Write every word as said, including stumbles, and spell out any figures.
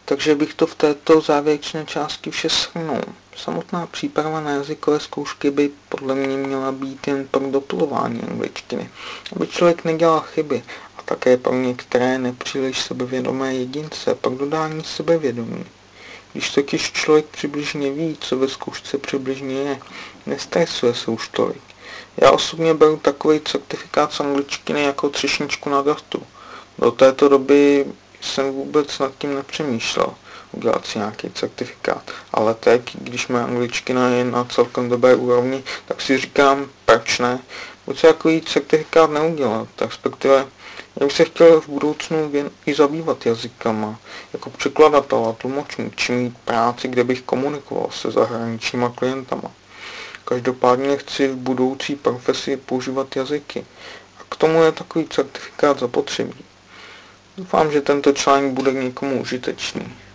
Takže bych to v této závěrečné části vše shrnul. Samotná příprava na jazykové zkoušky by podle mě měla být jen pro dopilování angličtiny, aby člověk nedělal chyby a také pro některé nepříliš sebevědomé jedince pro dodání sebevědomí. Když totiž člověk přibližně ví, co ve zkoušce přibližně je, nestresuje se už tolik. Já osobně beru takový certifikát z angličtiny jako třešničku na dortu. Do této doby jsem vůbec nad tím nepřemýšlel udělat si nějaký certifikát, ale teď, když má angličtina je na celkem dobré úrovni, tak si říkám, proč ne, buď se takový certifikát neudělat, respektive já bych se chtěl v budoucnu věn i zabývat jazykama, jako překladatel a tlumočník, či mít práci, kde bych komunikoval se zahraničníma klientama. Každopádně chci v budoucí profesi používat jazyky a k tomu je takový certifikát zapotřebí. Doufám, že tento článek bude někomu užitečný.